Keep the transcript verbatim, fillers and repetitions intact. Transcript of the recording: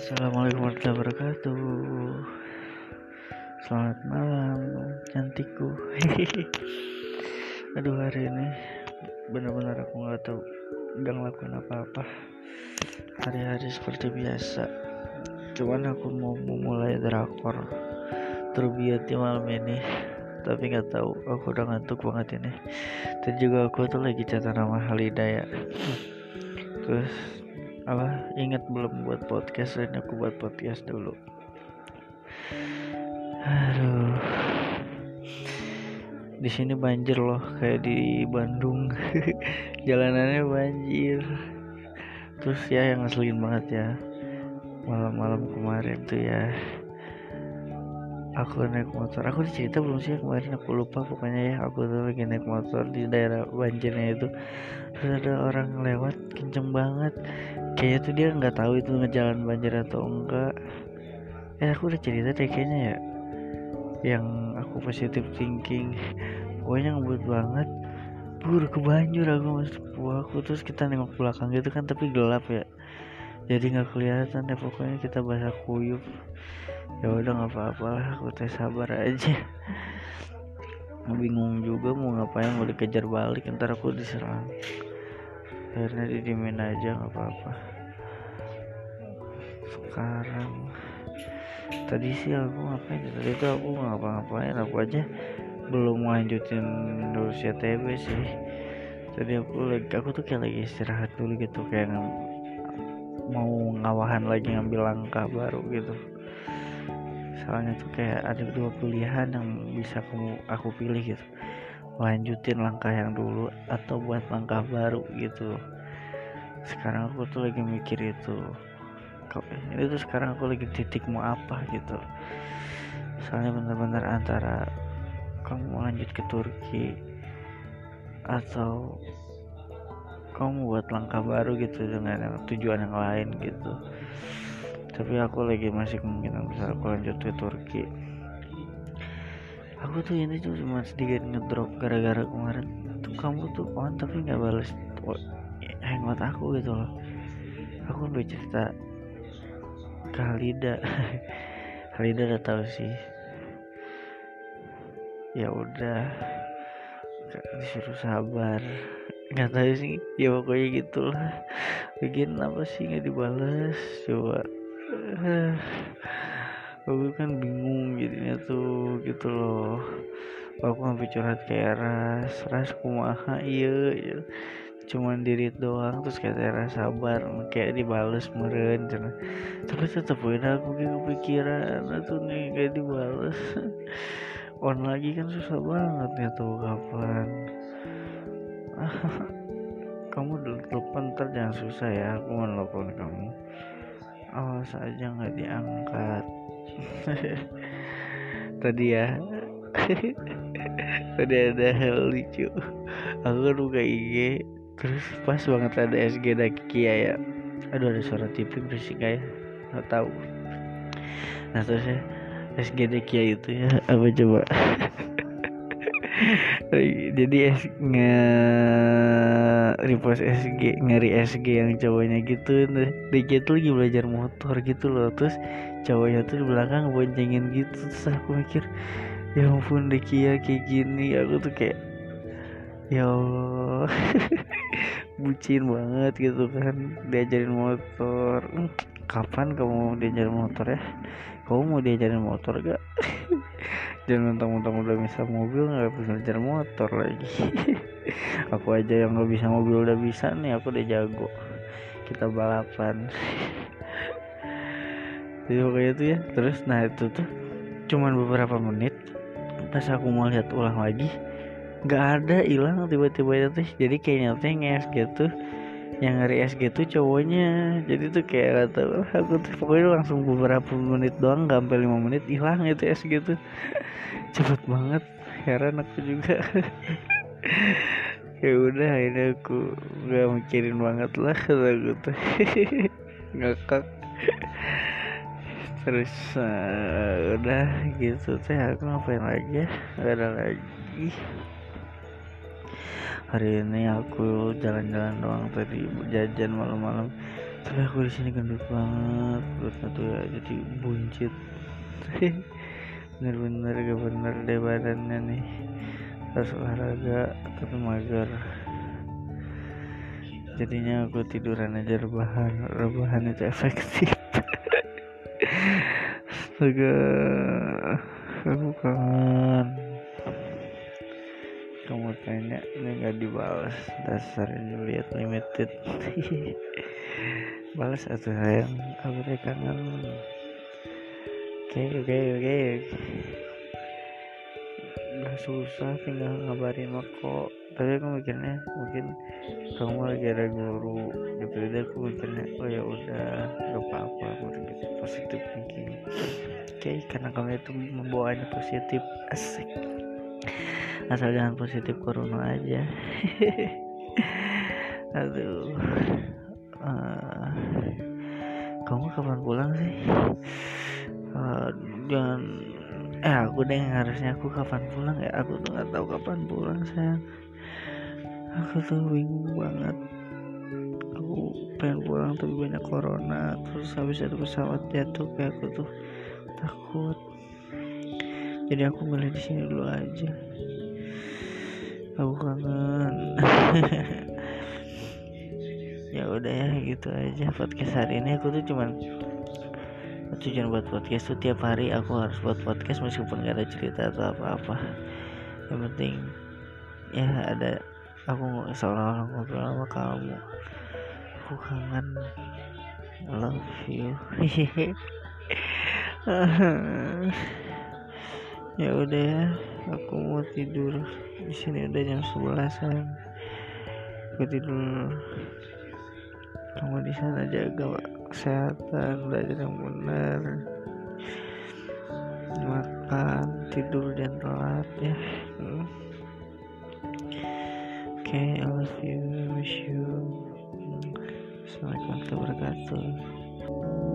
Assalamualaikum warahmatullahi wabarakatuh. Selamat malam, cantikku. Aduh, hari ini benar-benar aku nggak tahu, nggak ngelakuin apa-apa. Hari-hari seperti biasa. Cuman aku mau memulai drakor terbiat di malam ini, tapi nggak tahu. Aku udah ngantuk banget ini. Dan juga aku tuh lagi catat nama Halida ya. Terus apa? Ingat belum buat podcast? Dan aku buat podcast dulu. Aduh, di sini banjir loh, kayak di Bandung. Jalanannya banjir. Terus ya yang ngeselin banget ya, malam-malam kemarin tuh ya, aku naik motor. Aku cerita belum sih kemarin, aku lupa pokoknya ya. Aku tuh lagi naik motor di daerah banjirnya itu. Terus ada orang lewat kenceng banget. Kayaknya tuh dia nggak tahu itu ngejalan banjir atau enggak. Eh aku udah cerita deh kayaknya ya, yang aku positive thinking. Pokoknya ngebut banget, bur ke banjir aku masuk aku. Terus kita nengok belakang gitu kan, tapi gelap ya, jadi nggak kelihatan deh. Pokoknya kita basah kuyup. Ya udah nggak apa-apa lah, aku teh sabar aja. Bingung juga mau ngapain, mau dikejar balik ntar aku diserang. Akhirnya didiemin aja, nggak apa-apa. Sekarang tadi sih aku ngapain? Tadi itu aku nggak ngapa-ngapain, aku aja belum lanjutin lulus Y T B sih. Tadi aku lagi, aku tuh kayak lagi istirahat dulu gitu, kayak ng- mau ngawahan lagi, ngambil langkah baru gitu. Soalnya tuh kayak ada dua pilihan yang bisa aku, aku pilih gitu, lanjutin langkah yang dulu atau buat langkah baru gitu. Sekarang aku tuh lagi mikir itu, kok ini tuh sekarang aku lagi titik mau apa gitu. Soalnya benar-benar antara kamu mau lanjut ke Turki atau kamu buat langkah baru gitu dengan tujuan yang lain gitu. Tapi aku lagi masih kemungkinan bisa aku lanjut ke Turki. Aku tuh ini tuh cuma sedikit ngedrop gara-gara kemarin tuh kamu tuh on tapi nggak balas hangout aku gitu loh. Aku udah cerita ke Halida. Halida udah tahu sih. Ya udah, disuruh sabar, nggak tahu sih ya, pokoknya gitulah. Bagian apa sih nggak dibalas coba. Aku kan bingung jadinya tuh gitu loh. Aku sampai curhat kayak ras ras kumaha iya ya, cuman dirit doang. Terus kayak ras sabar, kayak dibales meren cina. Tapi tetep aja aku kayak kepikiran tuh nih kayak dibales. On lagi kan susah banget ya tuh kapan. Kamu dulu telepon ntar jangan susah ya, aku mau telepon kamu, awas aja nggak diangkat. Tadi ya, tadi ada hal lucu. Aku kan buka I G, terus pas banget ada S G dari Kia ya. Aduh, ada suara T V berisik ya, nggak tahu. Nah terus ya, S G D Kia itu ya apa coba? Jadi S nge repost S G, ngeri S G yang cowoknya gitu. Dia gitu lagi belajar motor gitu loh. Terus cowoknya tuh di belakang boncengin gitu. Terus aku mikir, ya ampun deh Kia kayak gini. Aku tuh kayak, ya Allah, bucin banget gitu kan, diajarin motor. Kapan kamu diajarin motor ya? Kamu mau diajarin motor gak? Jangan mentang-mentang udah bisa mobil nggak bisa belajar motor lagi. Aku aja yang nggak bisa mobil udah bisa nih, aku udah jago. Kita balapan. Jadi pokoknya itu ya. Terus nah itu tuh cuman beberapa menit. Pas aku mau lihat ulang lagi, nggak ada, hilang tiba-tiba itu. Jadi kayaknya tuh yang S G tuh, yang ngeri S G tuh cowoknya. Jadi tuh kayak gak tau, aku tuh pokoknya langsung beberapa menit doang, gak sampai lima menit hilang itu S G tuh. Cepet banget, heran aku juga. Ya udah akhirnya aku gak mikirin banget lah, kata aku tuh. Ngakak. Terus uh, udah gitu teh, aku ngapain lagi ya, gak ada lagi. Hari ini aku jalan-jalan doang, tadi jajan malam-malam. tapi aku di sini gendut banget, perutnya tuh ya jadi buncit. Bener-bener gak bener deh badannya nih, harus olahraga tapi mager, jadinya aku tiduran aja rebahan. Rebahan itu efektif. Astaga, aku kangen. Kamu tanya ini gak dibalas, dasar Juliet Limited. Balas atau sayang, aku teh kangen. Oke oke oke, udah susah tinggal ngabarin kok. Tapi aku mikirnya mungkin kamu lagi ada guru gitu, jadi aku mikirnya oh ya udah gak apa-apa, aku gitu positif thinking. Oke, karena kamu itu membawanya positif, asik, asal jangan positif corona aja. Aduh, uh, kamu kapan pulang sih? Uh, jangan eh aku deh harusnya aku kapan pulang ya, aku tuh nggak tahu kapan pulang sayang. Aku tuh bingung banget, aku pengen pulang tapi banyak corona, terus habis itu pesawat jatuh kayak aku tuh takut, jadi aku milih di sini dulu aja. Aku kangen. Ya udah ya gitu aja podcast hari ini. Aku tuh cuman tujuan buat podcast tuh tiap hari aku harus buat podcast meskipun gak ada cerita atau apa-apa, yang penting ya ada aku seolah-olah ngobrol sama kamu. Aku kangen, I love you. Ya udah ya, aku mau tidur. Di sini udah jam sebelas sayang. Aku tidur. Kamu di sana jaga kesehatan, belajar yang benar, makan, tidur jangan telat ya. hmm. Oke, okay, I love you, I wish you. Assalamualaikum warahmatullahi wabarakatuh.